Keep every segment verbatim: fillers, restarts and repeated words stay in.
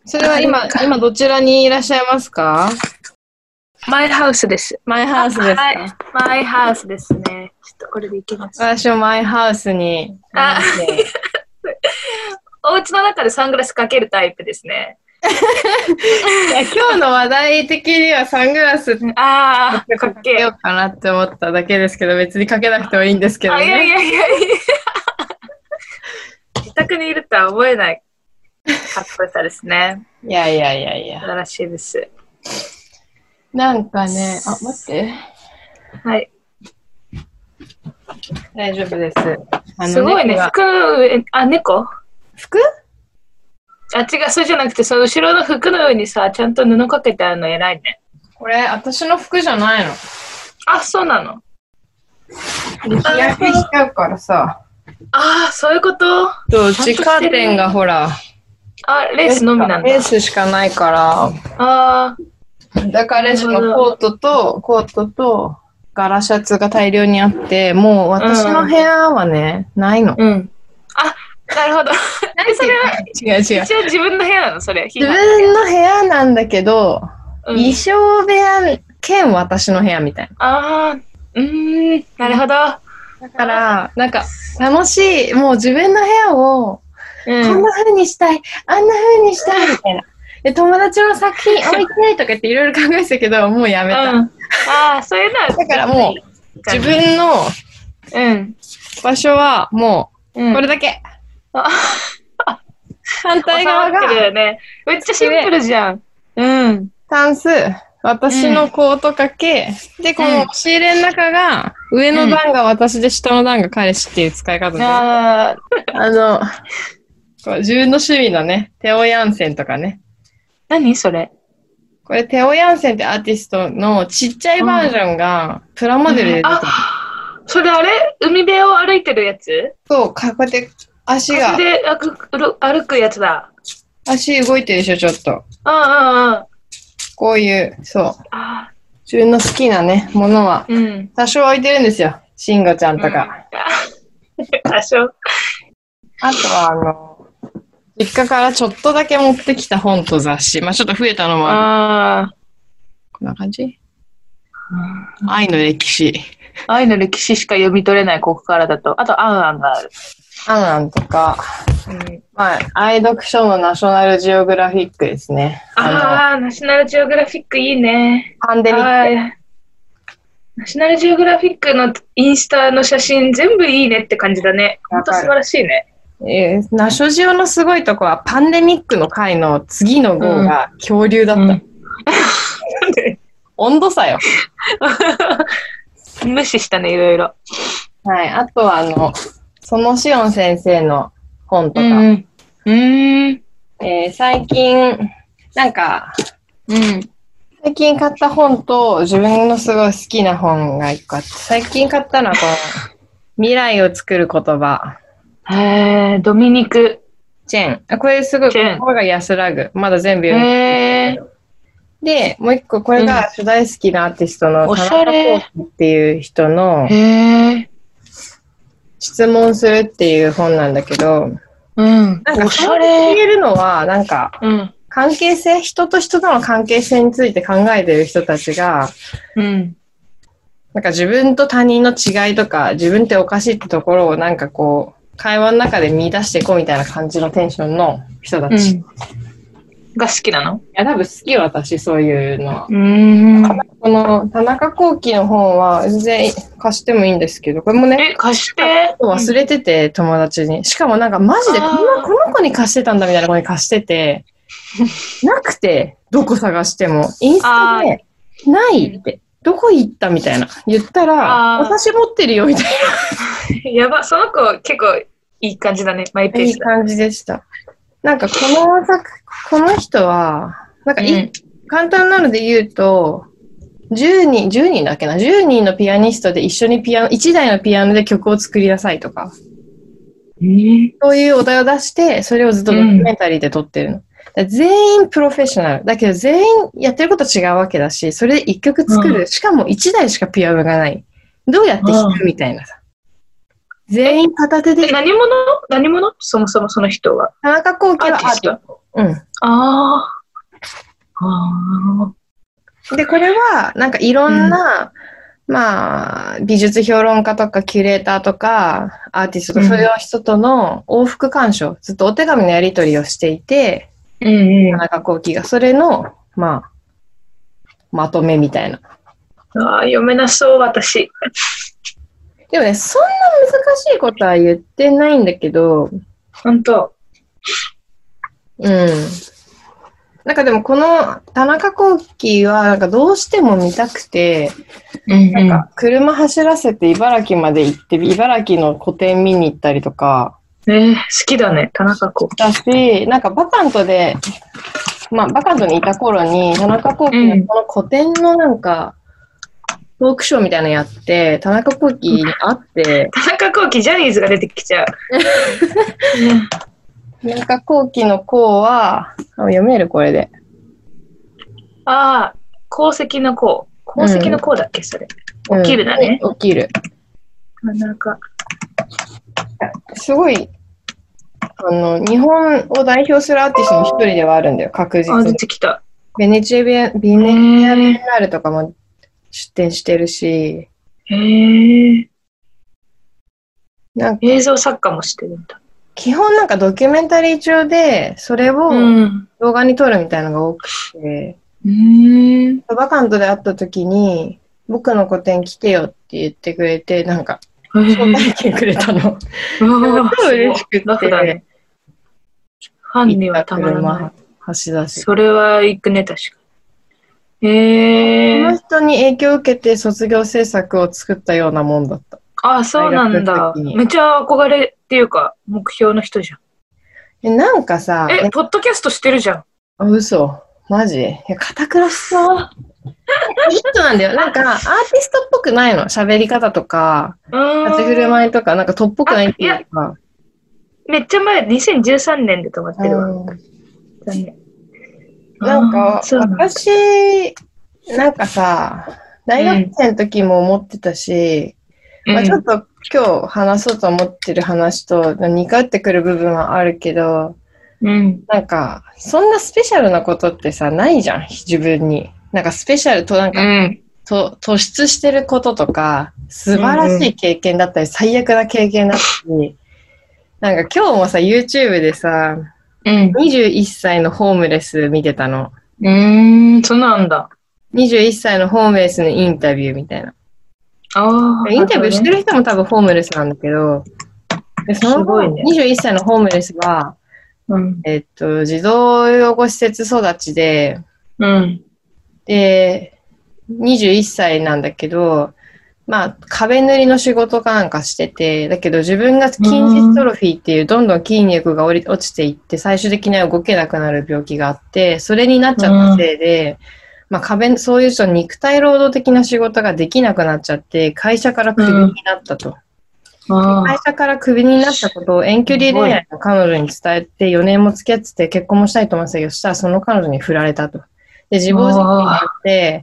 それは今、今どちらにいらっしゃいますか？ マイハウスです。 マイハウスですか？はい、 マイハウスですね。ちょっとこれでいきます。 私もマイハウスに。 あお家の中でサングラスかけるタイプですね。 いや今日の話題的にはサングラスああ、かかけようかなって思っただけですけど、別にかけなくてもいいんですけどね。 いやいやいやいや自宅にいるとは思えないかっこよさですね。 いやいやいやいや。 素晴らしいです。 なんかね、あ、待って。 はい。 大丈夫です。 あのすごいね、服、あ、猫服あ、違う、そうじゃなくて、その後ろの服の上にさ、ちゃんと布かけてあるの偉いね。 これ、私の服じゃないの。 あ、そうなの。 日焼けしちゃうからさ。 ああ、そういうことそう、うちカーテンがほら。 あ、レースのみなんだ。 レースしかないから。 ああ。 だからレジのコートと、コートと、柄シャツが大量にあって、もう私の部屋はね、うん、ないの。 うん。あ、なるほど。何それは違う違う。 一応自分の部屋なのそれ。 自分の部屋なんだけど、うん、衣装部屋兼私の部屋みたいな。 ああ、うーん、なるほど。だから、なんか、楽しい、もう自分の部屋を、うん、こんな風にしたい、あんな風にしたい、みたいな。で、友達の作品置いてとか言っていろいろ考えてたけど、もうやめた。うん、 ああ、そういうのは。 だからもう、自分の場所はもう、これだけ。うん、反対側が、 ね、めっちゃシンプルじゃん。うん。 タンス、私のコートかけ、うん、で、この押し入れの中が、上の段が私で下の段が彼氏っていう使い方で。うん、あの、自分の趣味のね、テオ・ヤンセンとかね。 何それ？ これ、テオ・ヤンセンってアーティストのちっちゃいバージョンがプラモデルで出てる、うん。 あ、それあれ海辺を歩いてるやつ？ そう、かこうやって足が。 風で歩く、歩くやつだ。 足動いてるでしょ、ちょっと。 うんうんうん。 こういう、そう。あ、自分の好きなね、ものは、うん、多少置いてるんですよ。しんごちゃんとか。 うん、多少。 あとは、あの、実家からちょっとだけ持ってきた本と雑誌。まあちょっと増えたのもある。あこんな感じ、うん、愛の歴史。 愛の歴史しか読み取れない、ここからだと。あと、アンアンがある。 アンアンとか、うん、まあ、愛読書のナショナルジオグラフィックですね。 ああ、ナショナルジオグラフィックいいね。 パンデミック。 ナショナルジオグラフィックのインスタの写真全部いいねって感じだね。ほんと素晴らしいね。 えー、ナショジオのすごいとこは、パンデミックの回の次の号が恐竜だった。うんうん、温度差よ。 無視したね、いろいろ。 はい。あとは、あの、そのしおん先生の本とか。うん。 うーんえー、最近、なんか、 うん。 最近買った本と自分のすごい好きな本が一個あって、最近買ったのはこの、未来を作る言葉。 へー、ドミニク・チェン。あ、これすごい、ここが安らぐ。まだ全部読んでる。で、もう一個、これが大好きなアーティストの、 うん、田中幸喜っていう人の、 へー、 質問するっていう本なんだけど、 うん。 なんか、おしゃれ。言えるのは、なんか、うん、関係性、人と人との関係性について考えてる人たちが、 うん。 なんか自分と他人の違いとか、自分っておかしいってところをなんかこう、会話の中で見出していこうみたいな感じのテンションの人たち。うん、 が好きなの？ いや、多分好きよ、私、そういうのは。 うーん。 この、田中幸喜の本は、全然貸してもいいんですけど、これもね、 え、貸して忘れてて、友達に。しかもなんか、マジでこの、この子に貸してたんだみたいな子に貸してて、なくて、どこ探しても。インスタで、ないって。どこ行ったみたいな。言ったら、私持ってるよ、みたいな。やば、その子結構いい感じだね。マイペース。 いい感じでした。なんかこの作、この人は、なんかい、うん、簡単なので言うと、じゅうにん、じゅうにんだっけな、じゅうにんのピアニストで一緒にピアノ、いちだいのピアノで曲を作りなさいとか、 えー、 そういうお題を出して、それをずっとドキュメンタリーで撮ってるの。うん、全員プロフェッショナル。だけど全員やってること違うわけだし、それで一曲作る。うん、しかもいちだいしかピアノがない。どうやって弾くみたいなさ。全員片手で。 何者何者そもそもその人は。 田中幸喜はアーティスト。うん。 ああで、これは、なんかいろんな、うん、まあ、美術評論家とかキュレーターとか、アーティストとか、そういう人との往復干渉、ずっとお手紙のやり取りをしていて、 うんうん、 田中幸喜が、それの、まあ、まとめみたいな。 ああ、読めなそう、私。 でもね、そんな難しいことは言ってないんだけど、 本当。 うん。なんかでもこの田中幸喜はなんかどうしても見たくて、うんうん、なんか車走らせて茨城まで行って茨城の個展見に行ったりとか。 えー、好きだね、田中幸喜。 だし、なんかバカントで、まあバカントにいた頃に田中幸喜のこの個展のなんか、トークショーみたいなのやって、田中幸喜に会って、 田中幸喜ジャニーズが出てきちゃう。 田中幸喜の幸は、読めるこれで。 ああ、功績の功。功績の功だっけ、それ。 うん、 起きるだね。 起きる。 田中。 すごい、あの、日本を代表するアーティストの一人ではあるんだよ、確実に。 あ、出てきた。 ベネチアビア、ビネチアビエンナーレとかも出展してるし。 へー。 なんか映像作家もしてるんだ。 基本なんかドキュメンタリー調で、それを動画に撮るみたいなのが多くて、うん、バカントで会った時に、僕の個展来てよって言ってくれて、なんか、招待券くれたの。超嬉しくて。 ね、ファンにはたまらない。 橋だし。 それは行くね、確かに。へー。この人に影響を受けて卒業制作を作ったようなもんだった。 ああ、そうなんだ。めっちゃ憧れっていうか、目標の人じゃん。 え、なんかさ。 え、ポッドキャストしてるじゃん。 あ、嘘。マジ？いや、堅苦しそう。いい人なんだよ。なんか、アーティストっぽくないの。喋り方とか、立ち振る舞いとか、なんかトップっぽくないっていうか。 めっちゃ前、にせんじゅうさんねんで止まってるわ。残念。 なんか、私、なんかさ、大学生の時も思ってたし、うんまあ、ちょっと今日話そうと思ってる話と似通ってくる部分はあるけど、うん、なんか、そんなスペシャルなことってさ、ないじゃん、自分に。なんかスペシャルと、なんか、うん、と突出してることとか、素晴らしい経験だったり、うんうん、最悪な経験だったり、なんか今日もさ、YouTube でさ、うん、にじゅういっさいのホームレス見てたの。 うーん、そうなんだ。 にじゅういっさいのホームレスのインタビューみたいな。あインタビューしてる人も多分ホームレスなんだけど、でそのにじゅういっさいのホームレスは、うん、えっと、児童養護施設育ちで、うん、で、にじゅういっさいなんだけど、まあ、壁塗りの仕事かなんかしてて、だけど自分が筋ジストロフィーっていうどんどん筋肉が落ちていって、最終的には動けなくなる病気があって、それになっちゃったせいで、まあ壁、そういう人肉体労働的な仕事ができなくなっちゃって、会社からクビになったと。うん、会社からクビになったことを遠距離恋愛の彼女に伝えて、よねんも付き合ってて結婚もしたいと思ってたけど、そしたらその彼女に振られたと。で、自暴自棄になって、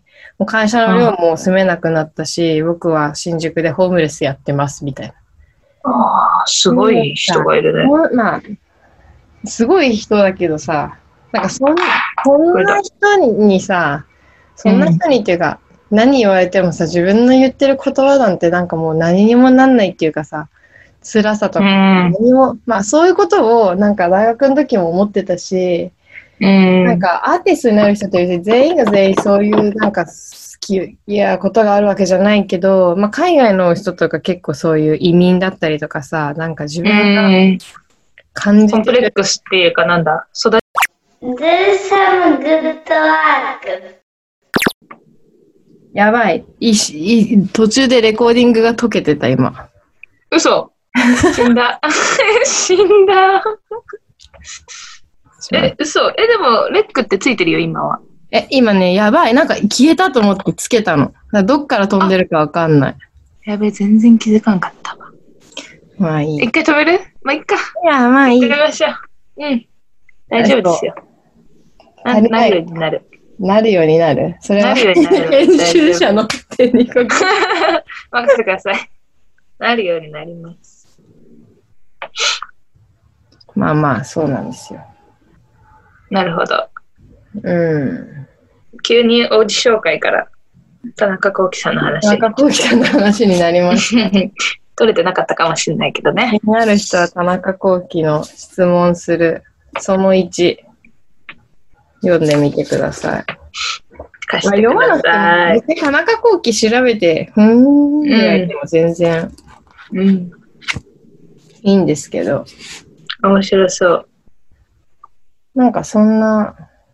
もう会社の寮も住めなくなったし、僕は新宿でホームレスやってます、みたいな。 ああ、すごい人がいるね。 まあ、すごい人だけどさ、なんかそんな、こんな人にさ、そんな人にっていうか、うん、何言われてもさ、自分の言ってる言葉なんてなんかもう何にもなんないっていうかさ、辛さとか、何も、うん、まあそういうことをなんか大学の時も思ってたし、うん、なんかアーティストになる人って全員が全員そういうなんか好きやことがあるわけじゃないけど、まあ海外の人とか結構そういう移民だったりとかさ、なんか自分が感じてる。 コンプレックスっていうかなんだ、育ち。 Do some good work. やばい。いいし、いい。途中でレコーディングが解けてた、今。 嘘。死んだ。死んだ。え、嘘。え、でも、レックってついてるよ、今は。 え、今ね、やばい。なんか消えたと思ってつけたの。どっから飛んでるかわかんない。 やべえ、全然気づかんかったわ。 まあいい。 一回止めるまあいいか。 いや、まあいい。 止めましょう。うん。大丈夫ですよ。な, なるようになる。 なるようになる。それはなるようになる。 編集者の手にかかる。 任せてください。なるようになります。 まあまあ、そうなんですよ。 なるほど。 うん。 急に王子紹介から田中幸喜さんの話。 田中幸喜さんの話になりました。 取れてなかったかもしれないけどね。 気になる人は田中幸喜の質問するそのいち読んでみてください。 貸してください。 別に田中幸喜調べて、ふーんぐらいでも全然いいんですけど。 うん、面白そう。 なんかそんな、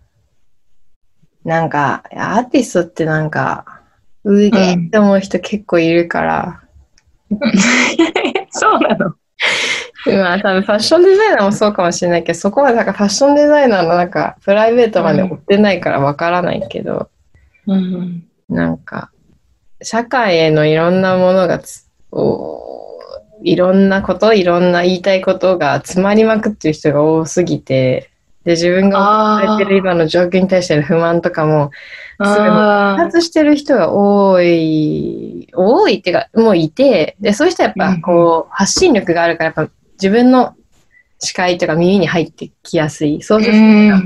なんかアーティストってなんか、うげーって思う人結構いるから。 うん、そうなの？ まあ多分ファッションデザイナーもそうかもしれないけど、そこはなんかファッションデザイナーのなんかプライベートまで追ってないからわからないけど、うん、なんか社会へのいろんなものがつおいろんなこといろんな言いたいことが詰まりまくってる人が多すぎて、で自分が置かれてる今の状況に対しての不満とかもすごい爆発してる人が多い多いっていうかもういて、でそういう人はやっぱこう、うん、発信力があるからやっぱ自分の視界とか耳に入ってきやすい。そうすると、うん、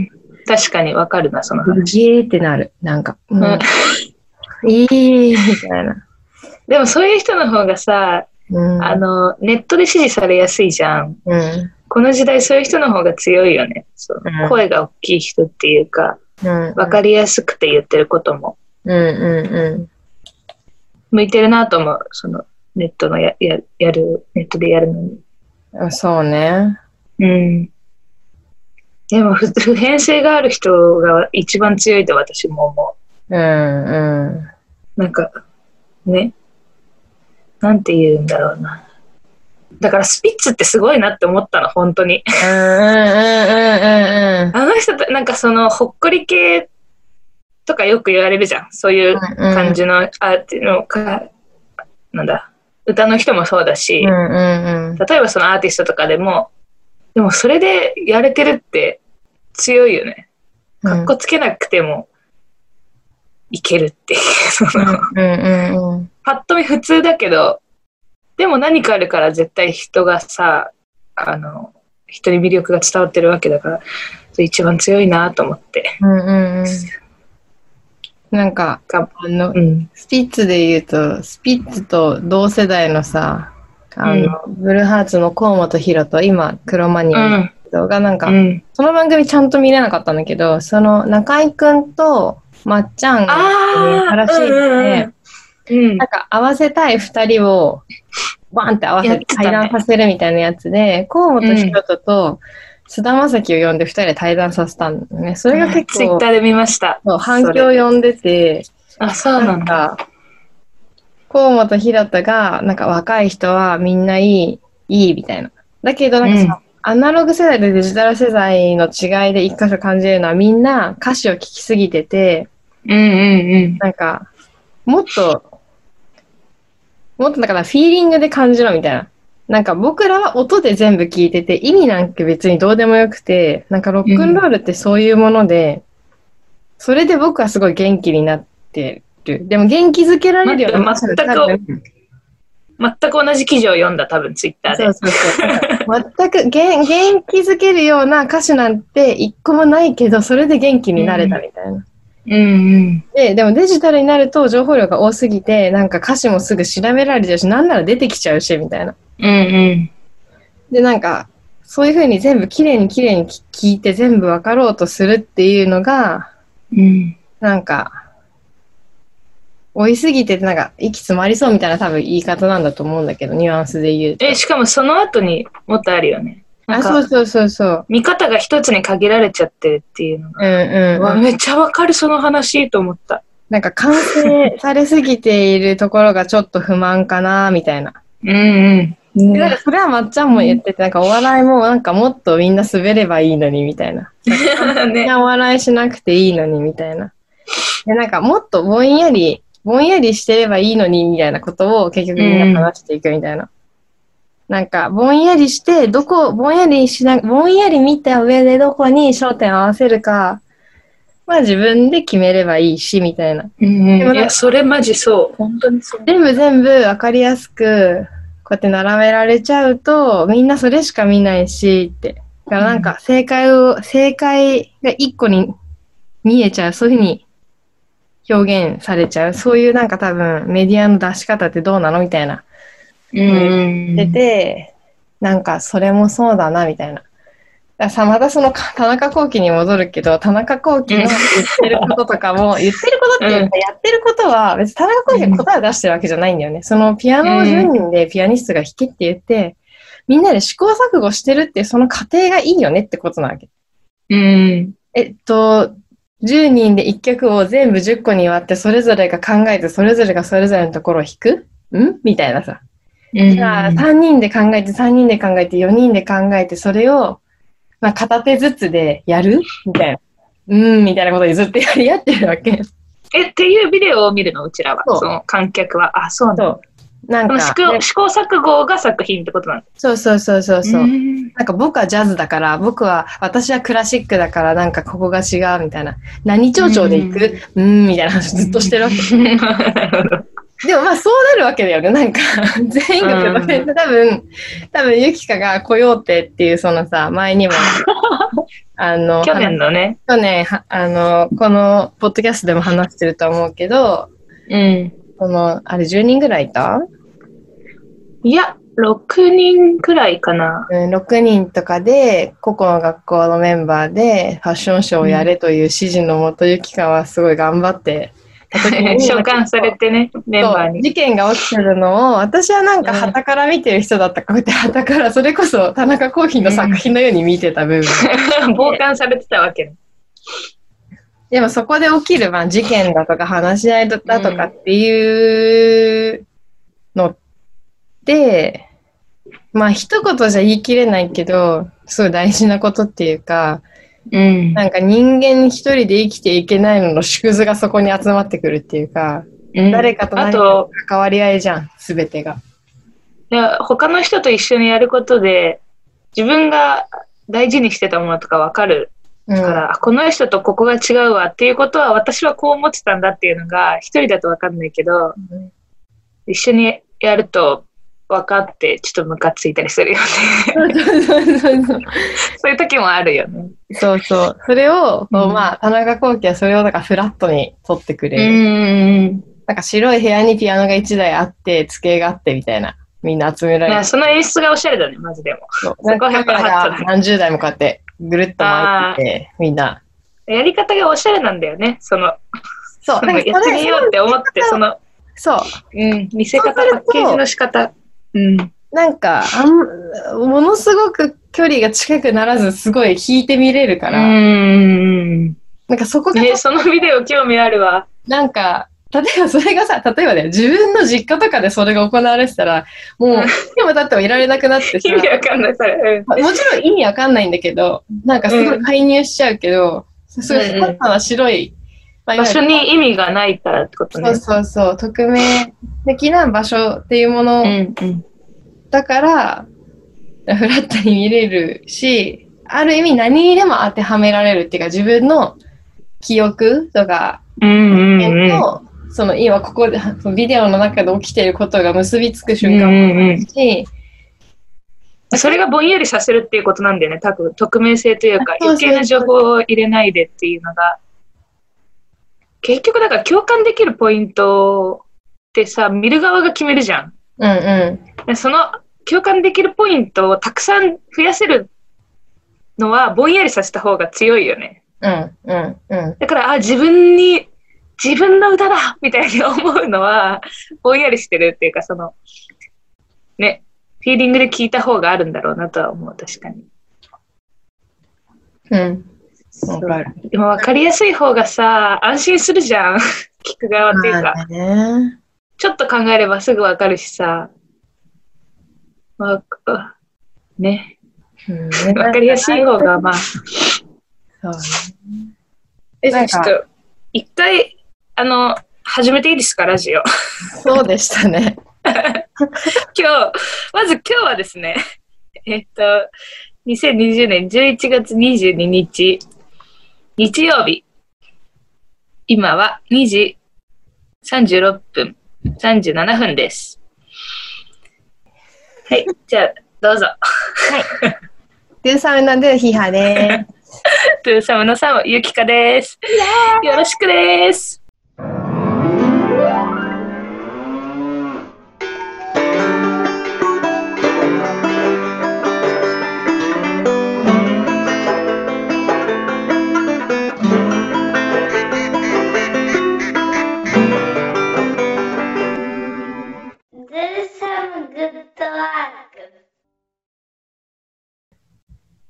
確かにわかるな、その話。ゲーってなる。なんか、うん、いいみたいな。 でもそういう人の方がさ、うん、あの、ネットで支持されやすいじゃん。うん、この時代そういう人の方が強いよね。そう、うん、声が大きい人っていうか、うん、わかりやすくて言ってることも。うんうんうん。向いてるなと思う。そのネットのや、や、やる、ネットでやるのに。 そうね。 うん。でも普遍性がある人が一番強いと私も思う。うんうん。なんかね、なんて言うんだろうな。だからスピッツってすごいなって思ったの本当に。うんうんうんうんうん。あの人なんかそのほっこり系とかよく言われるじゃん。そういう感じのアーティのかなんだ。歌の人もそうだし、うんうんうん、例えばそのアーティストとかでも、でもそれでやれてるって強いよね。かっこつけなくてもいけるっていう、うんうんうん、パッと見普通だけど、でも何かあるから絶対人がさ、あの人に魅力が伝わってるわけだから、一番強いなと思って。うんうんうん、 なんか、あの、うん、スピッツで言うと、スピッツと同世代のさ、あの、うん、ブルーハーツの河本大翔、今、クロマニアのがなんか、うん、その番組ちゃんと見れなかったんだけど、その中居くんとまっちゃんが新しいので、うん、なんか合わせたい二人をバンって合わせて対談させるみたいなやつで、ね、河本大翔と、菅田将暉を呼んでふたりで対談させたんだよね。それが結構、 ツイッターで見ました。 反響を呼んでて、 あ、そうなんだ。 河本大翔が、なんか若い人はみんないい、いいみたいな。だけどなんかさ、うん、アナログ世代とデジタル世代の違いで一箇所感じるのはみんな歌詞を聴きすぎてて、うんうんうん、なんか、もっと、もっとだからフィーリングで感じろみたいな。なんか僕らは音で全部聞いてて、意味なんて別にどうでもよくて、なんかロックンロールってそういうもので、うん、それで僕はすごい元気になってる。でも元気づけられるような全く、全く同じ記事を読んだ、多分ツイッターで。そうそうそう全く元元気づけるような歌詞なんて一個もないけど、それで元気になれたみたいな。うんうん、で, でもデジタルになると情報量が多すぎて、なんか歌詞もすぐ調べられちゃうし、なんなら出てきちゃうしみたいな。うんうん、でなんかそういう風に全部きれいにきれいに聞いて全部分かろうとするっていうのが、うん、なんか追いすぎてなんか息詰まりそうみたいな多分言い方なんだと思うんだけど、ニュアンスで言うと。 えしかもその後にもっとあるよね。 あ、そうそうそうそう。 見方が一つに限られちゃってるっていうのが、うんうんうん、めっちゃわかるその話と思った。 なんか完成されすぎているところがちょっと不満かなみたいな。うんうんうん、なんかそれはまっちゃんも言ってて、なんかお笑いもなんかもっとみんな滑ればいいのにみたいな。みんなお笑いしなくていいのにみたいな。でなんかもっとぼんやりぼんやりしてればいいのにみたいなことを結局みんな話していくみたいな。うん、なんかぼんやりしてどこぼんやりしなぼんやり見た上でどこに焦点を合わせるか、まあ自分で決めればいいしみたいな。うん、 でもいやそれマジそう本当にそう。 全部全部わかりやすくこうやって並べられちゃうとみんなそれしか見ないしって。だからなんか正解を、うん、正解が一個に見えちゃう、そういうふうに表現されちゃう。そういうなんか多分メディアの出し方ってどうなのみたいな。 うん言ってて、なんかそれもそうだなみたいな。だからさ、またその田中聖に戻るけど、田中聖の言ってることとかも、言ってることっていうか、やってることは、別に田中聖が答えを出してるわけじゃないんだよね。そのピアノをじゅうにんでピアニストが弾けって言って、みんなで試行錯誤してるっていうその過程がいいよねってことなわけ。 うん。 えっと、じゅうにんでいっきょくを全部じゅっこに割って、それぞれが考えて、それぞれがそれぞれのところを弾くんみたいなさ。じゃあ、さんにんで考えて、さんにんで考えて、よにんで考えて、それを、まあ、片手ずつでやるみたいな。うーん、みたいなことにずっとやり合ってるわけ。 え、っていうビデオを見るの、うちらは。その観客は。あ、そうなんだ。 なんか、 試行、試行錯誤が作品ってことなんだ。 そうそうそうそうそう。なんか僕はジャズだから、僕は、私はクラシックだから、なんかここが違うみたいな。何町長で行くうーん、みたいな話ずっとしてるわけ。でもまあそうなるわけだよね。なんか、全員が、うん、多分、多分、ゆきかがコヨーテっていうそのさ、前にも、あの、 去年のね。 去年、あの、このポッドキャストでも話してると思うけど、 うん。 この、あれじゅうにんぐらいいた？ いや、ろくにんくらいかな。 うん、ろくにんとかで、個々の学校のメンバーでファッションショーをやれという指示のもと、ゆきかはすごい頑張って、 召喚されてね、メンバーに。 事件が起きてるのを、私はなんか旗から見てる人だったかって、旗からそれこそ田中聖の作品のように見てた部分。 傍観されてたわけね。 でもそこで起きる、まあ、事件だとか話し合いだとかっていうのって、まあ一言じゃ言い切れないけど、すごい大事なことっていうか、うん、なんか人間一人で生きていけないのの縮図がそこに集まってくるっていうか、うん、誰かと何かと関わり合いじゃん、すべてが。 いや、他の人と一緒にやることで、自分が大事にしてたものとか分かるから、うん、この人とここが違うわっていうことは、私はこう思ってたんだっていうのが、一人だと分かんないけど、うん、一緒にやると、分かってちょっとムカついたりするよね。そういう時もあるよね。 そうそう。それを、うん、まあ、田中聖はそれをだからフラットに撮ってくれる。 うんなんか白い部屋にピアノがいちだいあって、机があってみたいな。みんな集められる。 その演出がおしゃれだね、マジでも。 そう。そこはやっぱり何十台もこうやってぐるっと回ってて、みんな。 やり方がおしゃれなんだよね、その。 そう。 なんかやってみようって思って、その。 そう。 うん。見せ方、パッケージの仕方。うん、 なんかあん、ものすごく距離が近くならず、すごい弾いてみれるから。 うん。 なんかそこが、 ね、そのビデオ興味あるわ。 なんか、例えばそれがさ、例えばね、自分の実家とかでそれが行われてたら、もう、でもだってもいられなくなってさ。 意味わかんない、それ、 うん。もちろん意味わかんないんだけど、なんかすごい介入しちゃうけど、うん、すごいファッな白い、 まあ、場所に意味がないからってことね。 そうそうそう、匿名的な場所っていうもの、 うんうん、だから、フラットに見れるし、ある意味何にでも当てはめられるっていうか、自分の記憶とか、 うんうんうん、 その今ここで、ビデオの中で起きていることが結びつく瞬間もあるし、うんうんうん、それがぼんやりさせるっていうことなんだよね、多分。匿名性というか、余計な情報を入れないでっていうのが。結局だから共感できるポイントってさ、見る側が決めるじゃん。 うんうん、 でその共感できるポイントをたくさん増やせるのはぼんやりさせた方が強いよね。 うんうんうん、 だからあ自分に自分の歌だみたいに思うのはぼんやりしてるっていうか、そのね、フィーリングで聞いた方があるんだろうなとは思う。確かに。 うん。 分かる。でも分かりやすい方がさ、安心するじゃん。聞く側っていうか、 まあね、 ちょっと考えればすぐ分かるしさ、まあ、ね、うん、分かりやすい方がまあ。 そうね。 え、じゃあちょっと一回あの始めていいですか、ラジオ。 そうでしたね。 今日まず今日はですね、えっとにせんにじゅうねんじゅういちがつにじゅうににち日曜日、今はにじさんじゅうろっぷんさんじゅうななふんです。はい、じゃあどうぞ。はい。 ドゥーサムのドゥーヒハです。 ドゥーサムのサムユキカです。よろしくです。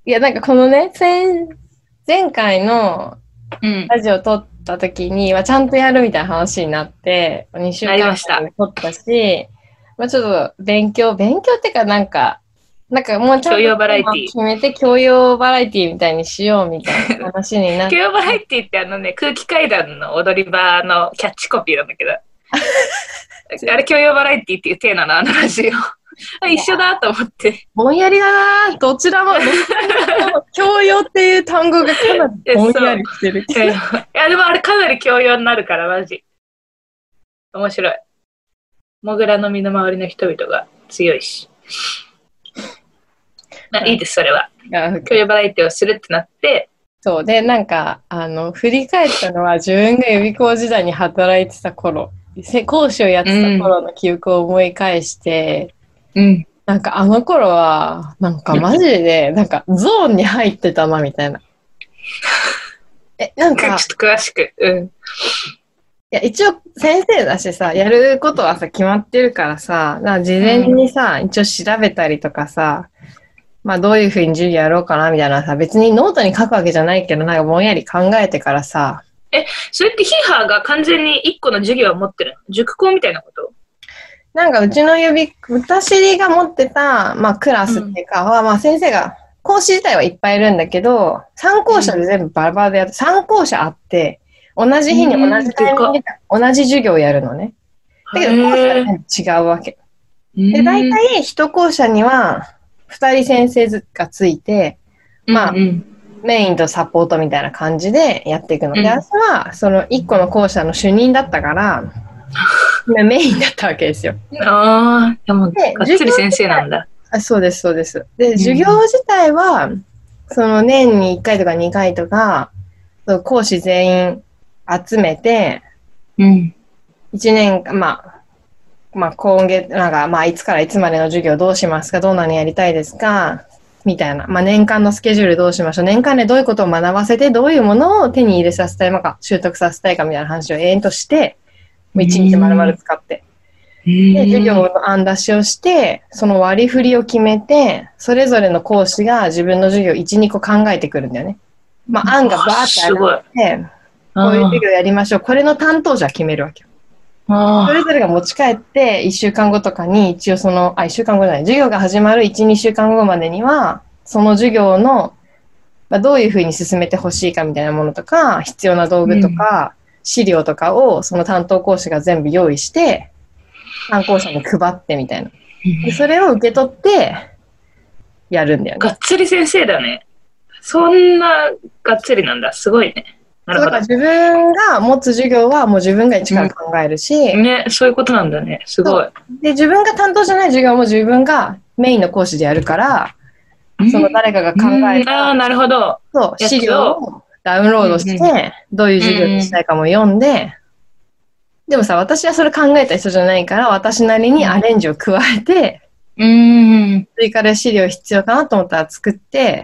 いや、なんかこのね、前、前回のうん。 ラジオ撮った時に、まあ、ちゃんとやるみたいな話になって、にしゅうかんなりました。 で撮ったし、まあ、ちょっと勉強、勉強っていうかなんか、なんかもうちゃんと教養バラエティ決めて教養バラエティみたいにしようみたいな話になって。 教養バラエティってあのね、空気階段の踊り場のキャッチコピーなんだけど。あれ教養バラエティっていう体なの、あのラジオ。あ一緒だと思って。 ぼんやりだなどちらも、どちらも教養っていう単語がかなりぼんやりしてる。 いや、いやでもあれかなり教養になるから、マジ。面白い。モグラの身の回りの人々が強いし。あいいです、それは。教養バラエティをするってなって。 そう。で、なんか、あの、振り返ったのは自分が予備校時代に働いてた頃、講師をやってた頃の記憶を思い返して、 うん。 なんかあの頃は、なんかマジで、なんかゾーンに入ってたな、みたいな。え、なんか、 ちょっと詳しく。うん。いや、一応先生だしさ、やることはさ、決まってるからさ、なんか事前にさ、うん、一応調べたりとかさ、まあどういうふうに授業やろうかなみたいなさ、別にノートに書くわけじゃないけど、なんかぼんやり考えてからさ。 え、それってヒーハーが完全に一個の授業を持ってるの？塾講みたいなこと？ なんかうちの予備、私が持ってた、まあクラスっていうかは、うん、まあ先生が、講師自体はいっぱいいるんだけど、参考者で全部バラバラでやって、参考者あって、同じ日に同じタイミングで同じ授業をやるのね。だけど講師は全部違うわけ。で、大体一講師には二人先生がついて、まあ、うんうん、メインとサポートみたいな感じでやっていくの。で、私はその一個の講師の主任だったから、メインだったわけですよ。 ああ、でもがっつり先生なんだ。 あ、そうです、そうです。で、授業自体は、うん、その年にいっかいとかにかいとか、講師全員集めて、 うん、 いちねん、まあ、まあ今月、なんか、まあいつからいつまでの授業どうしますか？どんなにやりたいですか？みたいな。まあ年間のスケジュールどうしましょう？年間でどういうことを学ばせて、どういうものを手に入れさせたいのか、習得させたいかみたいな話を延々として、もう一日丸々使って。で、授業の案出しをして、その割り振りを決めて、それぞれの講師が自分の授業いち、にこ考えてくるんだよね。まあ案がバーって上がって、こういう授業やりましょう。これの担当者決めるわけよ。それぞれが持ち帰って、いっしゅうかんごとかに、一応その、あ、いっしゅうかんごじゃない、授業が始まるいち、にしゅうかんごまでには、その授業の、まあ、どういうふうに進めてほしいかみたいなものとか、必要な道具とか、うん、資料とかを、その担当講師が全部用意して、参考者に配ってみたいな。でそれを受け取って、やるんだよね。 がっつり先生だね。そんながっつりなんだ。すごいね。 そうだから自分が持つ授業はもう自分が一から考えるし、 うん、ね、そういうことなんだね。すごい。 で、自分が担当じゃない授業も自分がメインの講師でやるから、その誰かが考えた、 ああ、なるほど。 そう、資料をダウンロードして、うんうん、どういう授業にしたいかも読んで、うん、でもさ、私はそれ考えた人じゃないから、私なりにアレンジを加えて、 うん、 追加で資料必要かなと思ったら作って、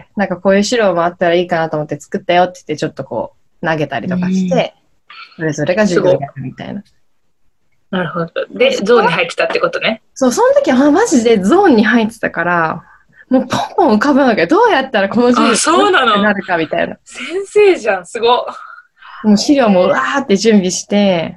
なんかこういう資料もあったらいいかなと思って作ったよって言って、ちょっとこう、投げたりとかして、それぞれが授業をやるみたいな。 なるほど。で、ゾーンに入ってたってことね。 そう、その時はマジでゾーンに入ってたから、もうポンポン浮かぶのがどうやったらこの授業になるかみたいな。 先生じゃん、すごっ。 もう資料もうわーって準備して、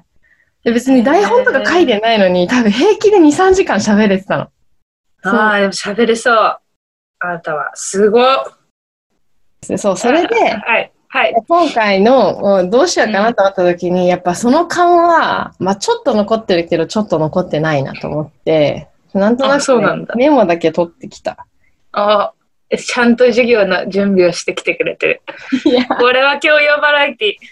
で別に台本とか書いてないのに、多分平気でに、さんじかん喋れてたの。 ああ、でも喋れそう。あなたは。すごっ。 そう、それで、 はいはい、 今回のどうしようかなと思った時に、うん、やっぱその勘は、まあ、ちょっと残ってるけどちょっと残ってないなと思ってなんとなく、ね、メモだけ取ってきた。 あちゃんと授業の準備をしてきてくれてる。いやこれは教養バラエティ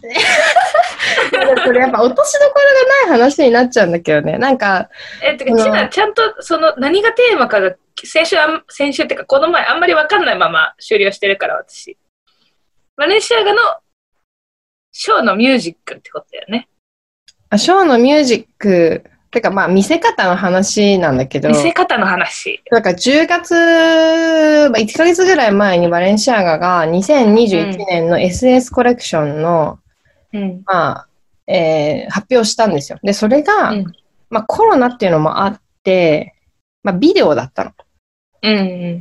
これやっぱ落としどころがない話になっちゃうんだけどね。なんかえっとちなちゃんとその何がテーマかが先週あ先週っていうかこの前あんまり分かんないまま終了してるから私。バレンシアガのショーのミュージックってことだよね。 あ、ショーのミュージック、てかまあ見せ方の話なんだけど。 見せ方の話。 なんかじゅうがつ、まあ、いっかげつぐらい前にバレンシアガがにせんにじゅういちねんの エスエス コレクションの、うん、まあ、えー、発表したんですよ。で、それが、うん、まあコロナっていうのもあって、まあビデオだったの。 うん。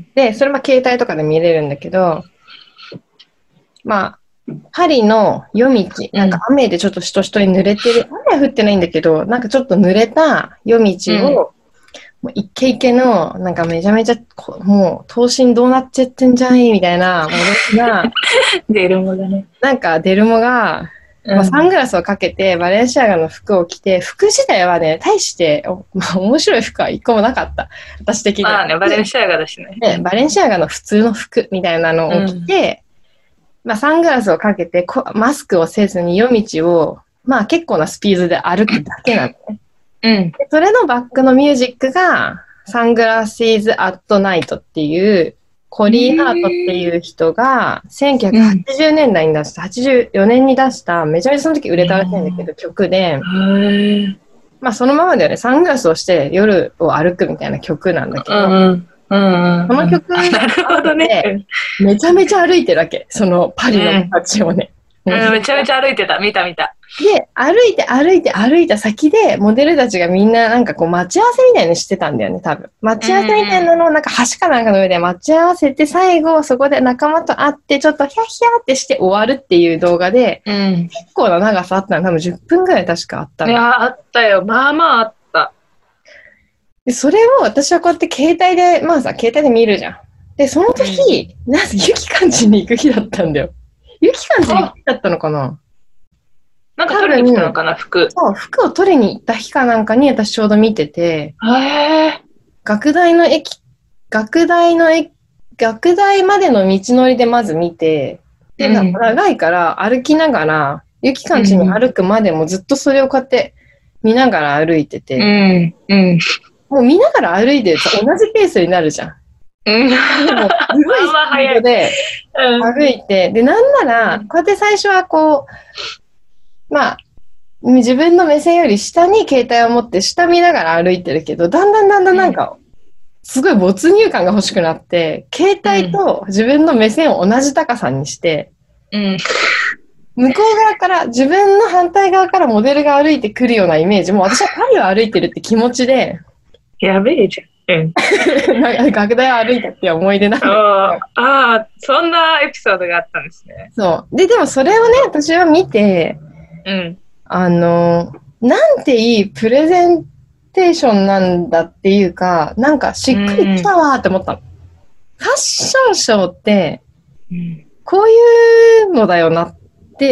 で、それまあ携帯とかで見れるんだけど、まあ、パリの夜道、なんか雨でちょっとしとしとに濡れてる、雨は降ってないんだけど、なんかちょっと濡れた夜道を、もうイケイケの、なんかめちゃめちゃこ、もう、頭身どうなっちゃってんじゃいみたいな、モデルが、 デルモがね。 なんかデルモが、まあ、サングラスをかけて、バレンシアガの服を着て、服自体はね、大して、まあ、面白い服は一個もなかった。私的には。 まあね、バレンシアガだしね。 で、バレンシアガの普通の服みたいなのを着て、うん、まあ、サングラスをかけてこ、マスクをせずに夜道を、まあ結構なスピードで歩くだけなのね。うん、でそれのバックのミュージックが、サングラスイズアットナイトっていう、コリー・ハートっていう人が、せんきゅうひゃくはちじゅうねんだいに出した、はちじゅうよねんに出した、めちゃめちゃその時売れたらしいんだけど、曲で、まあそのままだよね、サングラスをして夜を歩くみたいな曲なんだけど、うんうんうんうん、この曲で、めちゃめちゃ歩いてるわけ、そのパリの人たちをね。 うん、めちゃめちゃ歩いてた、見た見た。 で、歩いて歩いて歩いた先で、モデルたちがみんななんかこう待ち合わせみたいにしてたんだよね、多分。待ち合わせみたいなのをなんか橋かなんかの上で待ち合わせて、最後そこで仲間と会って、ちょっとヒャッヒャーってして終わるっていう動画で、うん、結構な長さあったの、多分じゅっぷんぐらい確かあったの。 いや、あったよ。まあまああった。 で、それを私はこうやって携帯で、まあさ、携帯で見るじゃん。で、その時、うん、なぜゆきかんちに行く日だったんだよ。ゆきかんちに行く日だったのかな？ なんか取りに来たのかな、服。 そう、服を取りに行った日かなんかに私ちょうど見てて、 へー。 学大の駅、学大の駅、学大までの道のりでまず見て、で、うん、長いから歩きながら、ゆきかんちに歩くまでもずっとそれをこうやって見ながら歩いてて、うんうん、もう見ながら歩いてると同じペースになるじゃん。うん、すごいスピードで歩いて、で、なんなら、こうやって最初はこう、まあ、自分の目線より下に携帯を持って下見ながら歩いてるけど、だんだんだんだんなんか、すごい没入感が欲しくなって、携帯と自分の目線を同じ高さにして、うん、向こう側から、自分の反対側からモデルが歩いてくるようなイメージ、もう私はパリを歩いてるって気持ちで、 やべえじゃん。うん、 学大を歩いたっていう思い出なんだけど。 ああ、そんなエピソードがあったんですね。 そう。で、でもそれをね、私は見て、うん、あの、なんていいプレゼンテーションなんだっていうか、なんかしっくりきたわーって思ったの。うん、ファッションショーって、うん、こういうのだよなって、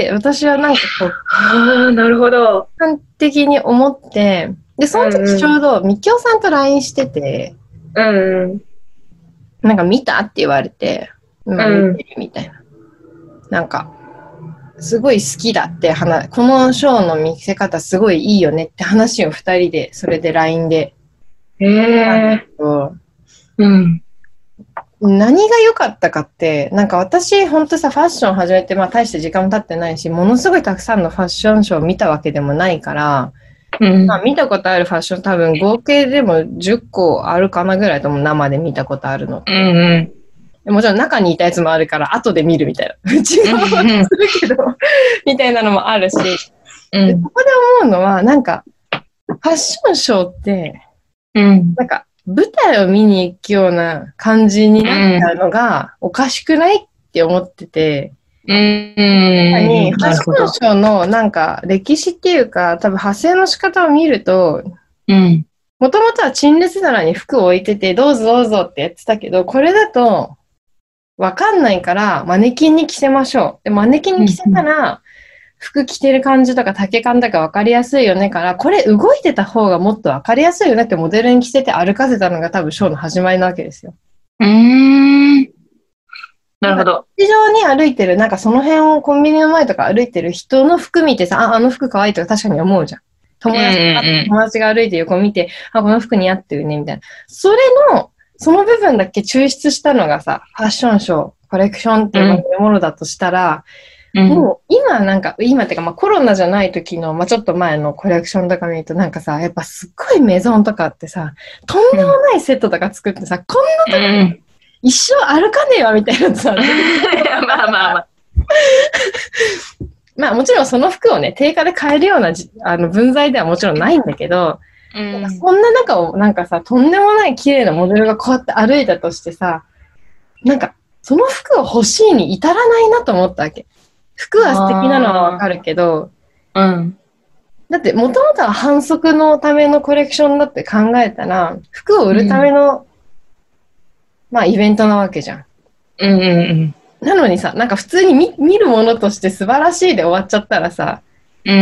私はなんかこう、 ああ、なるほど。 完璧に思って、で、その時ちょうど、みきおさんと ライン してて、うん、なんか見たって言われて、まあ見てるみたいな。うん、なんか、すごい好きだって話、このショーの見せ方すごいいいよねって話を二人で、それで ライン で。へえー。うん。何が良かったかって、なんか私、ほんとさ、ファッション始めて、まあ大して時間も経ってないし、ものすごいたくさんのファッションショーを見たわけでもないから、うん、まあ、見たことあるファッション多分合計でもじゅっこあるかなぐらいとも生で見たことあるの。うんうん、もちろん中にいたやつもあるから後で見るみたいな。うち側はするけど、みたいなのもあるし、うん、でここで思うのはなんかファッションショーって、うん、なんか舞台を見に行くような感じになっちゃうのがおかしくないって思ってて、うん、にファッションショーのなんか歴史っていうか多分派生の仕方を見ると、もともとは陳列棚に服を置いててどうぞどうぞってやってたけど、これだとわかんないからマネキンに着せましょう。でマネキンに着せたら服着てる感じとか丈感とかわかりやすいよねから、これ動いてた方がもっとわかりやすいよねってモデルに着せて歩かせたのが多分ショーの始まりなわけですよ。うーん、なるほど。日常に歩いてる、なんかその辺をコンビニの前とか歩いてる人の服見てさ、あ、あの服可愛いとか確かに思うじゃん。友達が、うんうん、友達が歩いてる横見て、あ、この服似合ってるね、みたいな。それの、その部分だけ抽出したのがさ、ファッションショー、コレクションっていうものだとしたら、うん、もう今なんか、今っていうかまあコロナじゃない時の、まあちょっと前のコレクションとか見るとなんかさ、やっぱすっごいメゾンとかってさ、とんでもないセットとか作ってさ、こんなとこ、うん一生歩かねえわみたいなさ。まあまあまあ。まあもちろんその服をね、定価で買えるようなあの分際ではもちろんないんだけど、 うん、 そんな中をなんかさ、とんでもない綺麗なモデルがこうやって歩いたとしてさ、なんかその服を欲しいに至らないなと思ったわけ。服は素敵なのはわかるけど、 うん、 だってもともとは反則のためのコレクションだって考えたら、服を売るための、うん、まあイベントなわけじゃん。 うんうんうんなのにさ、なんか普通に 見, 見るものとして素晴らしいで終わっちゃったらさ、 うん、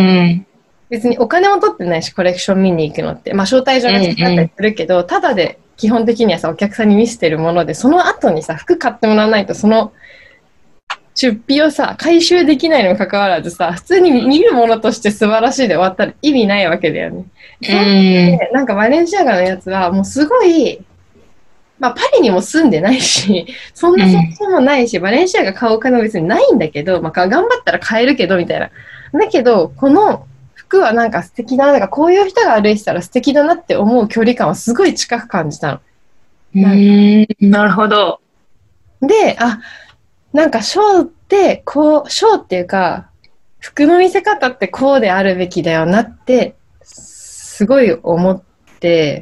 別にお金も取ってないし、コレクション見に行くのって、まあ招待状がついてあったりするけど、うんうん、ただで基本的にはさ、お客さんに見せてるもので、その後にさ、服買ってもらわないと、その出費をさ、回収できないにもかかわらずさ、普通に見るものとして素晴らしいで終わったら意味ないわけだよね。 うん、 なんかバレンシアガのやつはもうすごい、まあパリにも住んでないし、そんなセクションもないし、うん、バレンシアガ買うお金は別にないんだけど、まあ頑張ったら買えるけどみたいな。だけど、この服はなんか素敵だな、なんかこういう人が歩いてたら素敵だなって思う距離感はすごい近く感じたの。 なんうんなるほど。 で、あ、なんかショーってこう、ショーっていうか、服の見せ方ってこうであるべきだよなって、すごい思って、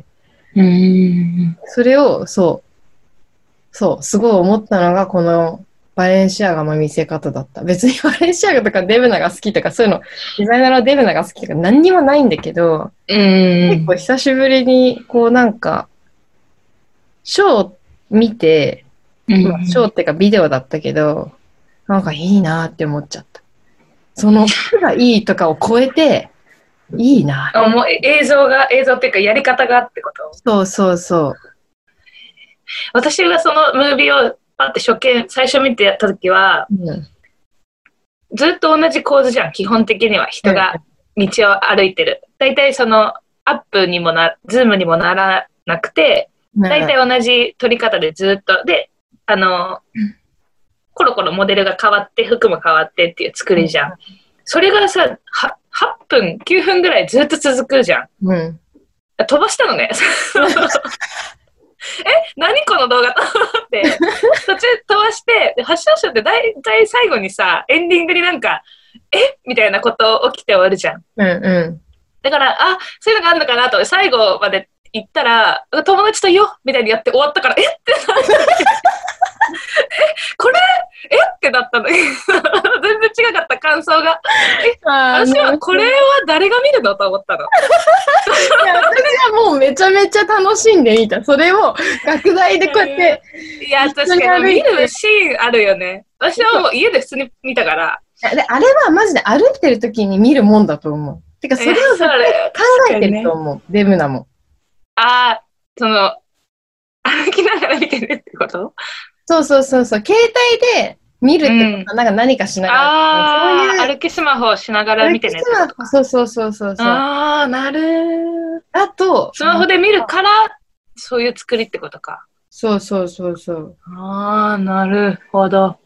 うーんそれを、そう、そう、すごい思ったのがこのバレンシアガの見せ方だった。別にバレンシアガとかデブナが好きとか、そういうの、デザイナーのデブナが好きとか何にもないんだけど、 うん結構久しぶりに、こうなんか、ショーを見て、まあ、ショーっていうかビデオだったけど、なんかいいなって思っちゃった。その服がいいとかを超えて、いいな。 あもう映像が、映像っていうかやり方がってこと？ そうそうそう。 私がそのムービーをパッて初見、最初見てやった時は、 うん、 ずっと同じ構図じゃん、基本的には人が道を歩いてる。だいたいそのアップにもな、ズームにもならなくて、だいたい同じ撮り方でずっと、で、あの、コロコロモデルが変わって、服も変わってっていう作りじゃん。それがさ、ははっぷん、きゅうふんぐらいずっと続くじゃん。 うん、 飛ばしたのね。え、何この動画と思って、途中飛ばして、ファッションショーって大体最後にさ、エンディングになんか、えみたいなこと起きて終わるじゃん。 うんうん、 だから、あ、そういうのがあるのかなと、最後まで行ったら、友達とよみたいにやって終わったから、えってなって。え、これえってなったの。全然違かった感想が。え、私はこれは誰が見るのと思ったの。いや、私はもうめちゃめちゃ楽しんで見た。それを学大でこうやって。 いや、確かに見るシーンあるよね。私はもう家で普通に見たから。 であれはマジで歩いてる時に見るもんだと思う。てか、それを考えてると思う。デブナも。 ああ、その、歩きながら見てるってこと？ そうそうそうそう。携帯で見るってことは、なんか何かしながら。 ああ、歩きスマホをしながら見てねってことか。 そうそうそうそうそう。 ああ、なる。 あと、 スマホで見るから、そういう作りってことか。 そうそうそうそう。 ああ、なるほど。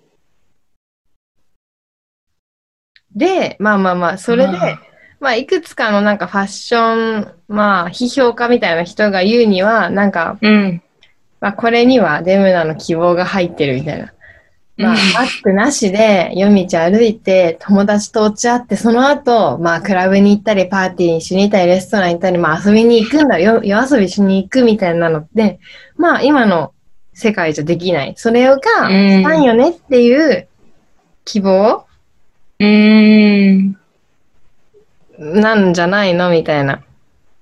で、まあまあまあ、それで、まあ、いくつかのなんかファッション、まあ、批評家みたいな人が言うには、なんか、 うん、 まあ、これにはデムナの希望が入ってるみたいな。まあ、マスクなしで夜道歩いて、友達と落ち合って、その後、まあ、クラブに行ったり、パーティーにしに行ったり、レストランに行ったり、まあ、遊びに行くんだ、夜遊びしに行くみたいなので、まあ、今の世界じゃできない。それが、したんよねっていう希望うーん。 なんじゃないのみたいな。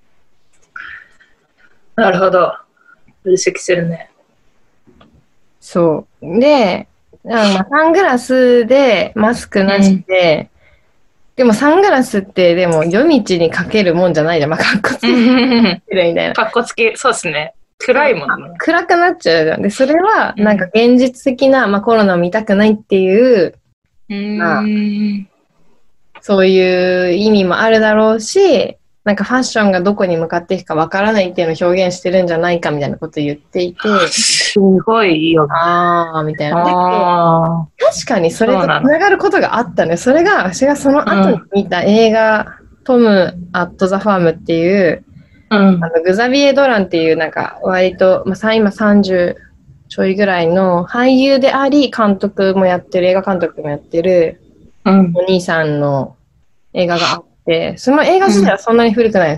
なるほど。分析するね。 そう。で、まあ、サングラスで、マスクなしで、うん、でもサングラスってでも夜道にかけるもんじゃないじゃん。まあ、かっこつけるみたいな。 かっこつけ、そうですね。暗いもんね。 暗くなっちゃうじゃん。で、それは、なんか現実的な、まあコロナを見たくないっていう、 うんまあ、そういう意味もあるだろうし、なんかファッションがどこに向かっていくかわからないっていうのを表現してるんじゃないかみたいなことを言っていて。 すごいよ。 あー、みたいな。だけど、確かにそれとつながることがあったね。それが、私がその後に見た映画、うん、トム・アット・ザ・ファームっていう、うん、あのグザビエ・ドランっていうなんか割と、まあ、今さんじゅうちょいぐらいの俳優であり監督もやってる、映画監督もやってるお兄さんの映画があって、その映画自体はそんなに古くないです。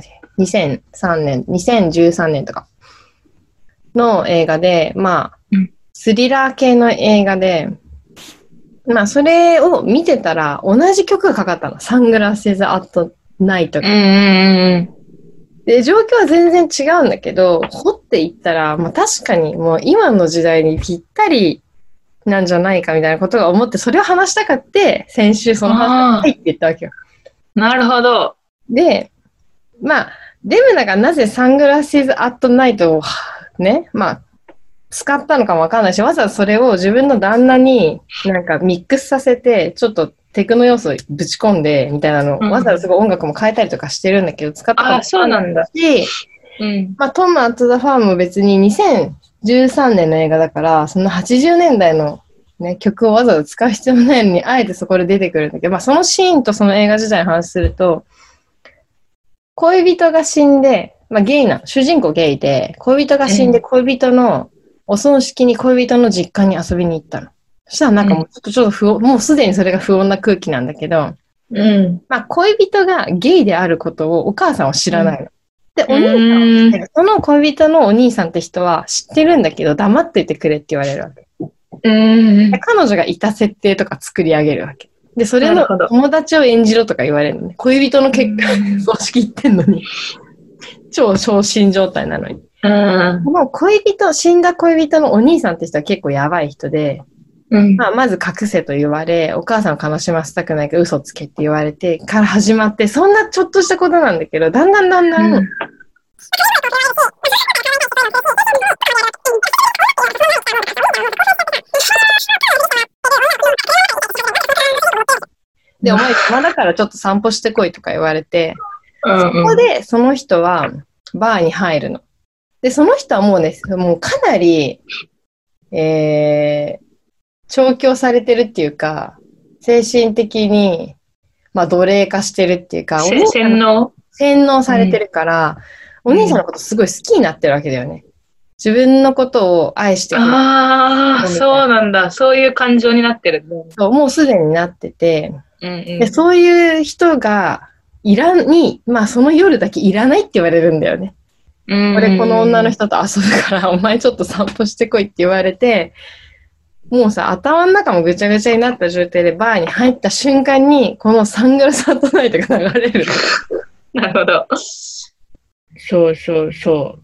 にせんさんねん、にせんじゅうさんねんとかの映画で、まあ、 うん、 スリラー系の映画で、まあ、それを見てたら、同じ曲がかかったの。サングラスズアットナイト。 うんうんで、状況は全然違うんだけど、掘っていったら、まあ、確かにもう今の時代にぴったりなんじゃないかみたいなことが思って、それを話したかって、先週その話が入って言ったわけよ。 なるほど。 で、まあ、デムナがなぜサングラスズアットナイトをね、まあ、使ったのかもわかんないし、わざわざそれを自分の旦那になんかミックスさせて、ちょっとテクノ要素をぶち込んで、みたいなのを、うん、わざわざすごい音楽も変えたりとかしてるんだけど、使ったかもしれないし、うん、まあ、トム・アット・ザ・ファームも別ににせんじゅうさんねんの映画だから、そのはちじゅうねんだいの、ね、曲をわざわざ使う必要ないのに、あえてそこで出てくるんだけど、まあ、そのシーンとその映画自体の話すると、恋人が死んで、まあ、ゲイな、主人公ゲイで、恋人が死んで恋人のお葬式に恋人の実家に遊びに行ったの。そしたらなんかもうちょっとちょっと不穏、もうすでにそれが不穏な空気なんだけど、 うん、 まあ恋人がゲイであることをお母さんは知らないの。うん、で、お兄さんは知ってる。その恋人のお兄さんって人は知ってるんだけど、黙っていてくれって言われるわけ。 うん、 で彼女がいた設定とか作り上げるわけ。で、それの友達を演じろとか言われるのね。恋人の結果、葬式行ってんのに。超昇進状態なのに。 うん、 もう恋人、死んだ恋人のお兄さんって人は結構やばい人で、 うんまあ、まず隠せと言われ、お母さんを悲しませたくないから嘘つけって言われてから始まって、そんなちょっとしたことなんだけど、だんだんだんだん、うん、で、お前暇だからちょっと散歩してこいとか言われて、 うんうん、 そこでその人はバーに入るの。で、その人はもうね、もうかなり、えー、調教されてるっていうか、精神的に、まあ、奴隷化してるっていうか、 洗脳洗脳されてるから、うん、お兄さんのことすごい好きになってるわけだよね。自分のことを愛してくれる。 ああ、そうなんだ。そういう感情になってるんだ。 そう、もうすでになってて、 うんうん、 で、そういう人が、いらに、まあその夜だけいらないって言われるんだよね。俺この女の人と遊ぶからお前ちょっと散歩してこいって言われて、もうさ頭の中もぐちゃぐちゃになった状態でバーに入った瞬間にこのサングラスアットナイトが流れる。 なるほど。 そうそうそう。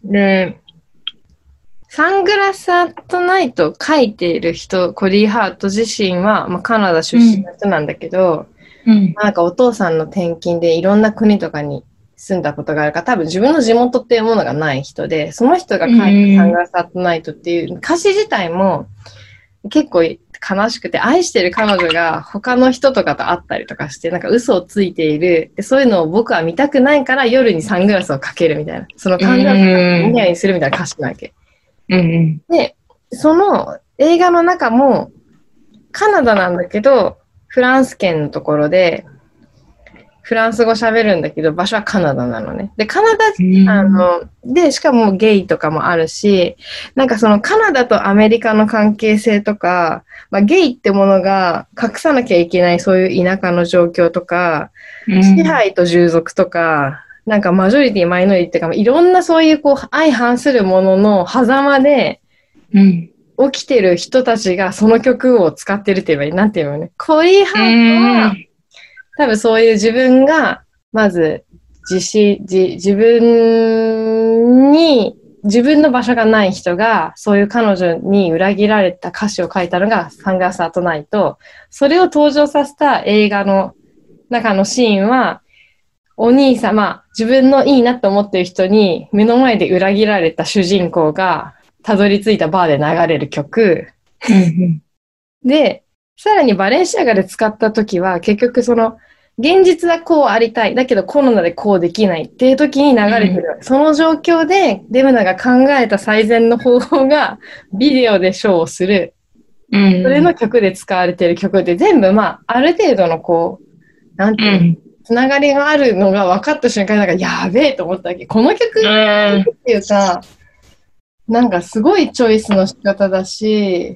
で、サングラスアットナイトを書いている人、コリー・ハート自身は、まあ、カナダ出身の人なんだけど、 うん、 なんかお父さんの転勤でいろんな国とかに住んだことがあるから、多分自分の地元っていうものがない人で、その人が書いたサングラスアットナイトっていう歌詞自体も結構悲しくて、愛してる彼女が他の人とかと会ったりとかして、なんか嘘をついている。で、そういうのを僕は見たくないから夜にサングラスをかけるみたいな。そのサングラスを見ないようにするみたいな歌詞なわけ。 うんうん、 で、その映画の中もカナダなんだけど、フランス圏のところで、フランス語喋るんだけど、場所はカナダなのね。で、カナダ、あの、で、しかもゲイとかもあるし、なんかそのカナダとアメリカの関係性とか、まあ、ゲイってものが隠さなきゃいけないそういう田舎の状況とか、支配と従属とか、なんかマジョリティ、マイノリティっていうか、いろんなそういうこう相反するものの狭間で、 うん起きてる人たちがその曲を使ってるって言えばいい。なんていうのね。コリー・ハートは、多分そういう自分が、まず、自信、自、自分に、自分の場所がない人が、そういう彼女に裏切られた歌詞を書いたのがサングラスアットナイト。それを登場させた映画の中のシーンは、お兄様、自分のいいなと思ってる人に目の前で裏切られた主人公が、たどり着いたバーで流れる曲。で、さらにバレンシアガで使った時は結局その現実はこうありたい。だけどコロナでこうできないっていう時に流れてる。うん、その状況でデムナが考えた最善の方法がビデオでショーをする。うん、それの曲で使われてる曲で全部まあある程度のこう、なんていうの、うん、つながりがあるのが分かった瞬間になんかやべえと思ったわけ。この曲っていうか、なんかすごいチョイスの仕方だし、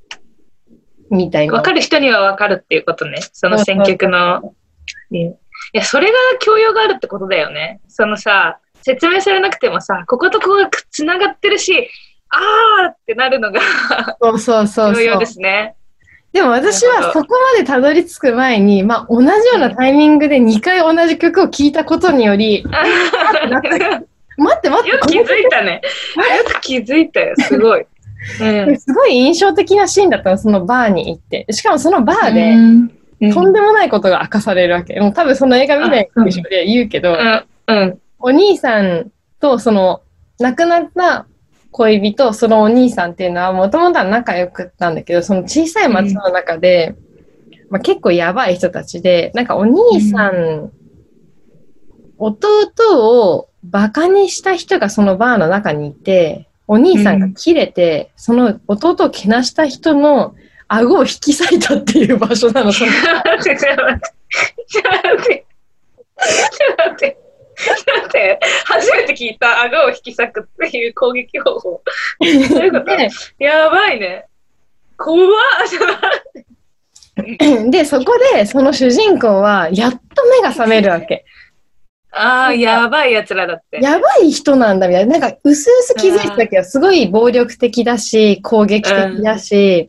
みたいな。 分かる人には分かるっていうことね。その選曲の。 や、それが教養があるってことだよね。そのさ、説明されなくてもさ、こことここがつながってるし、あーってなるのがそうそうそう教養そう。 ですね。 でも私はそこまでたどり着く前に、まあ同じようなタイミングでにかい同じ曲を聴いたことにより、待って待って。 よく気づいたね。よく気づいたよ、すごい。 うん、すごい印象的なシーンだったの、そのバーに行って。しかもそのバーで、うん、とんでもないことが明かされるわけ。もう多分その映画見ないで言うけど、 うんうん、 お兄さんとその亡くなった恋人、そのお兄さんっていうのはもともとは仲良くったんだけど、その小さい町の中で、うんまあ、結構やばい人たちで、なんかお兄さん、うん、弟をバカにした人がそのバーの中にいて、お兄さんが切れて、うん、その弟をけなした人の顎を引き裂いたっていう場所なの。ちょっと待って、ちょっと待って、ちょっと待って、ちょっと待って。だって初めて聞いた顎を引き裂くっていう攻撃方法。そういうことやばいね。怖っで、そこでその主人公はやっと目が覚めるわけ。 ああ、やばいやつらだって。 やばい人なんだみたいな。なんか、うすうす気づいてたけど、すごい暴力的だし、攻撃的だし。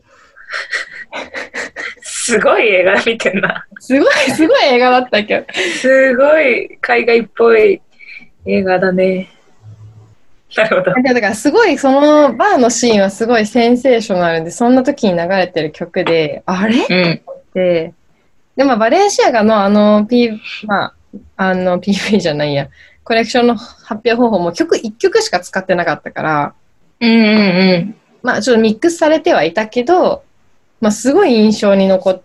すごい映画見てんな。 すごい、すごい映画だったけど。 すごい海外っぽい映画だね。なるほど。 だからすごい、そのバーのシーンはすごいセンセーショナルで、そんな時に流れてる曲で、あれ、うん、で、でもバレンシアガのあの、P、まあ、あの ピーブイ じゃないや、コレクションの発表方法も曲いっきょくしか使ってなかったから、 うんうんうん。 まあちょっとミックスされてはいたけど、まあすごい印象に残って、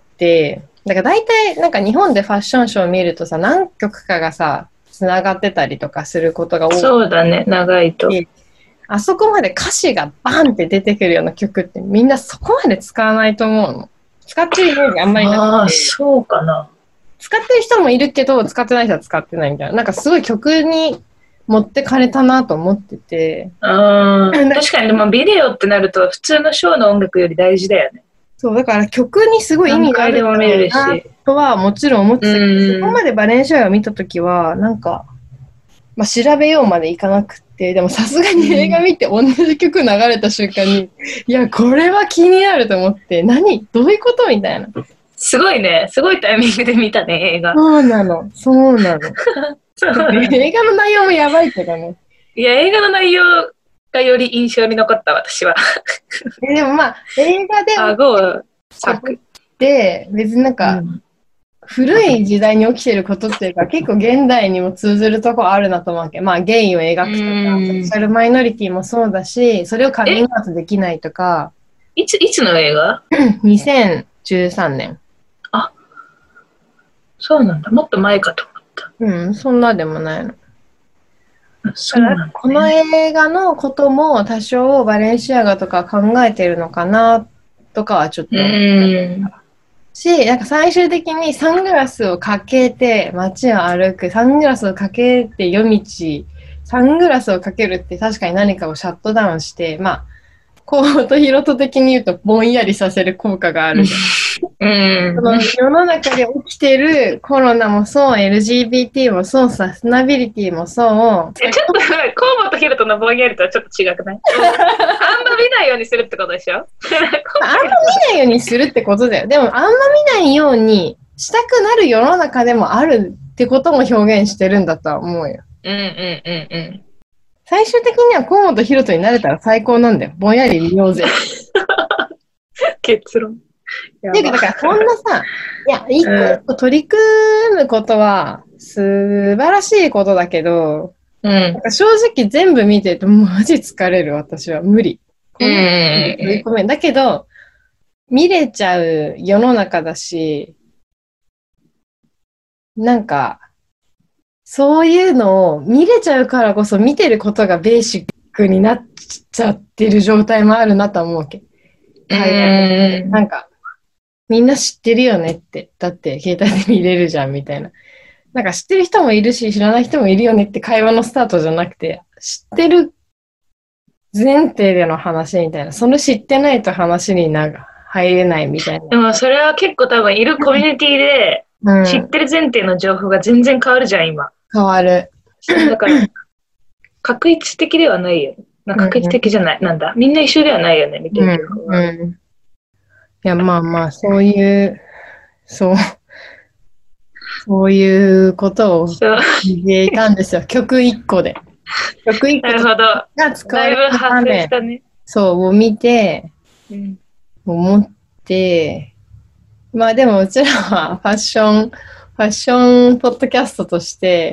だから大体なんか日本でファッションショーを見るとさ、何曲かがさ、つながってたりとかすることが多い。 そうだね、長いと。 あそこまで歌詞がバンって出てくるような曲ってみんなそこまで使わないと思うの。使ってるイメージあんまりなくて。 ああ、そうかな。 使ってる人もいるけど、使ってない人は使ってないみたいな。なんかすごい曲に持ってかれたなと思ってて。 あ確かに、でもビデオってなると普通のショーの音楽より大事だよね。 そう、だから曲にすごい意味があるなとはもちろん思ってたけど、そこまでバレンシアガを見たときは、なんか、まあ、調べようまでいかなくて、でもさすがに映画見て同じ曲流れた瞬間に、うん、いや、これは気になると思って、何どういうことみたいな。 すごいね。すごいタイミングで見たね、映画。 そうなの。そうなの。映画の内容もやばいけどね。 いや、映画の内容がより印象に残った、私は。 えでもまあ、映画で顎を裂く。 で、別になんか、うん、古い時代に起きてることっていうか、結構現代にも通ずるとこあるなと思うわけ。まあ、ゲイを描くとか、セクシャルマイノリティもそうだし、それをカミングアウトできないとか。 いつ、いつの映画 ? にせんじゅうさんねん。 あ、そうなんだ。もっと前かと思った。 うん、そんなでもないの。 そうなんだね、 この映画のことも多少バレンシアガとか考えてるのかなとかはちょっと思ったし、なんか最終的にサングラスをかけて街を歩く、サングラスをかけて夜道、サングラスをかけるって確かに何かをシャットダウンして、まあ、河本大翔的に言うとぼんやりさせる効果がある。うん、その世の中で起きてるコロナもそう、エルジービーティー もそう、サステナビリティもそう。 え、ちょっと、河本大翔のぼんやりとはちょっと違くないあんま見ないようにするってことでしょあんま見ないようにするってことだよ。でも、あんま見ないようにしたくなる世の中でもあるってことも表現してるんだとは思うよ。 うんうんうんうん。 最終的には河本大翔になれたら最高なんだよ。ぼんやり見ようぜ。 結論。 っていうか、だからそんなさ、いや、一個一個取り組むことは素晴らしいことだけど、うん、なんか正直全部見てるとマジ疲れる、私は。無理。うん、だけど、見れちゃう世の中だし、なんか、そういうのを見れちゃうからこそ見てることがベーシックになっちゃってる状態もあるなと思うわけ。はい。なんか、みんな知ってるよねって。だって携帯で見れるじゃんみたいな。なんか知ってる人もいるし知らない人もいるよねって会話のスタートじゃなくて、知ってる前提での話みたいな。その知ってないと話にな入れないみたいな。 でもそれは結構多分いるコミュニティでうん、 知ってる前提の情報が全然変わるじゃん、今。 変わる。 だから、確一的ではないよ。な確一的じゃない、うん。なんだ。みんな一緒ではないよね、見てる情報は。 うんうん、いや、まあまあ、そういう、そう、そういうことを聞いていたんですよ。曲一個で。曲一個が使われる場面、ね、そう、を見て、うん、思って、まあでもうちらはファッション、ファッションポッドキャストとして、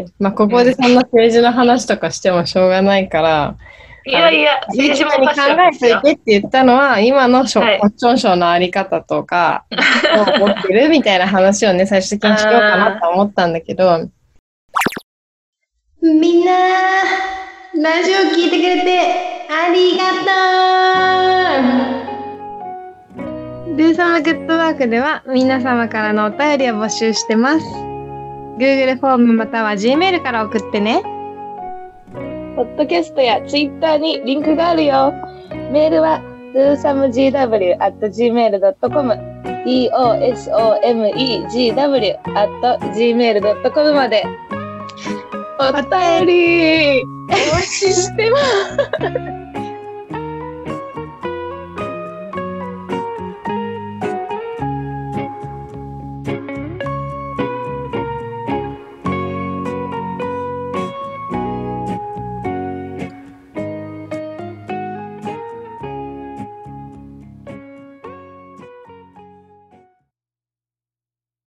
まあここでそんな政治の話とかしてもしょうがないから、 いやいや、 政治も考えといてって言ったのは、今のファッションショーのあり方とか、どう思ってるみたいな話をね、最終的にしようかなと思ったんだけど。 みんな、ラジオ聞いてくれてありがとう。ルーサムグッドワークでは皆様からのお便りを募集してます。Google フォームまたは Gmail から送ってね。 ポッドキャストやツイッターにリンクがあるよ。メールは ドゥーサムジーダブリュー アット ジーメール ドット コム ドゥーサムジーダブリュー アット ジーメール ドット コム までお便りお待ちしてます。